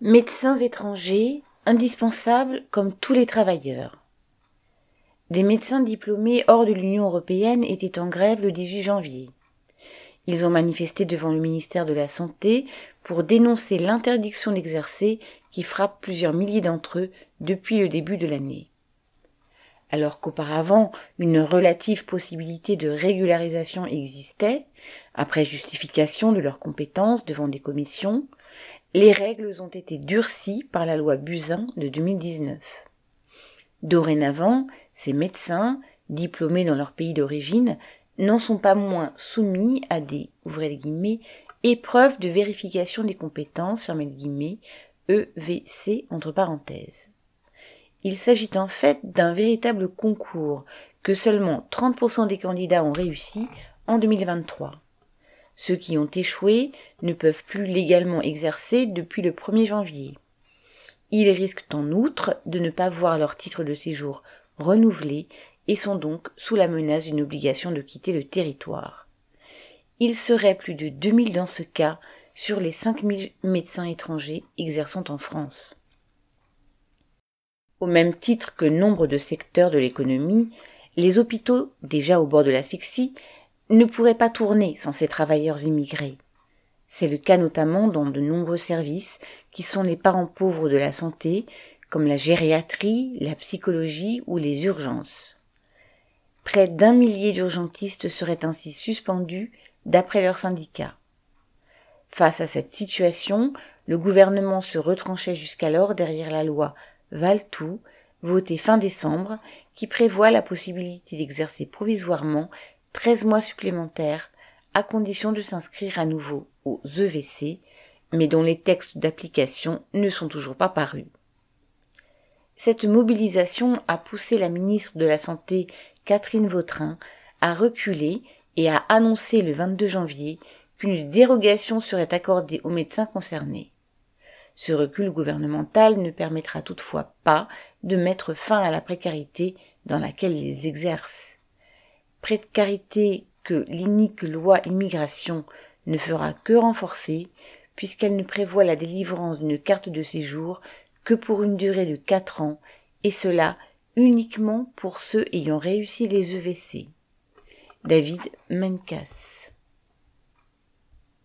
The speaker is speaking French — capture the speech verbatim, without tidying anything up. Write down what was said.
Médecins étrangers, indispensables comme tous les travailleurs. Des médecins diplômés hors de l'Union européenne étaient en grève le dix-huit janvier. Ils ont manifesté devant le ministère de la Santé pour dénoncer l'interdiction d'exercer qui frappe plusieurs milliers d'entre eux depuis le début de l'année. Alors qu'auparavant, une relative possibilité de régularisation existait, après justification de leurs compétences devant des commissions, les règles ont été durcies par la loi Buzyn de deux mille dix-neuf. Dorénavant, ces médecins, diplômés dans leur pays d'origine, n'en sont pas moins soumis à des, ouvrez les guillemets, épreuves de vérification des compétences, fermez les guillemets, E V C, entre parenthèses. Il s'agit en fait d'un véritable concours que seulement trente pour cent des candidats ont réussi en deux mille vingt-trois. Ceux qui ont échoué ne peuvent plus légalement exercer depuis le premier janvier. Ils risquent en outre de ne pas voir leur titre de séjour renouvelé et sont donc sous la menace d'une obligation de quitter le territoire. Il serait plus de deux mille dans ce cas sur les cinq mille médecins étrangers exerçant en France. Au même titre que nombre de secteurs de l'économie, les hôpitaux, déjà au bord de l'asphyxie, ne pourraient pas tourner sans ces travailleurs immigrés. C'est le cas notamment dans de nombreux services qui sont les parents pauvres de la santé, comme la gériatrie, la psychologie ou les urgences. Près d'un millier d'urgentistes seraient ainsi suspendus d'après leur syndicat. Face à cette situation, le gouvernement se retranchait jusqu'alors derrière la loi Valletoux, votée fin décembre, qui prévoit la possibilité d'exercer provisoirement treize mois supplémentaires, à condition de s'inscrire à nouveau aux E V C, mais dont les textes d'application ne sont toujours pas parus. Cette mobilisation a poussé la ministre de la Santé, Catherine Vautrin, à reculer et à annoncer le vingt-deux janvier qu'une dérogation serait accordée aux médecins concernés. Ce recul gouvernemental ne permettra toutefois pas de mettre fin à la précarité dans laquelle ils exercent. Précarité que l'inique loi immigration ne fera que renforcer, puisqu'elle ne prévoit la délivrance d'une carte de séjour que pour une durée de quatre ans, et cela uniquement pour ceux ayant réussi les E V C. David Mencas.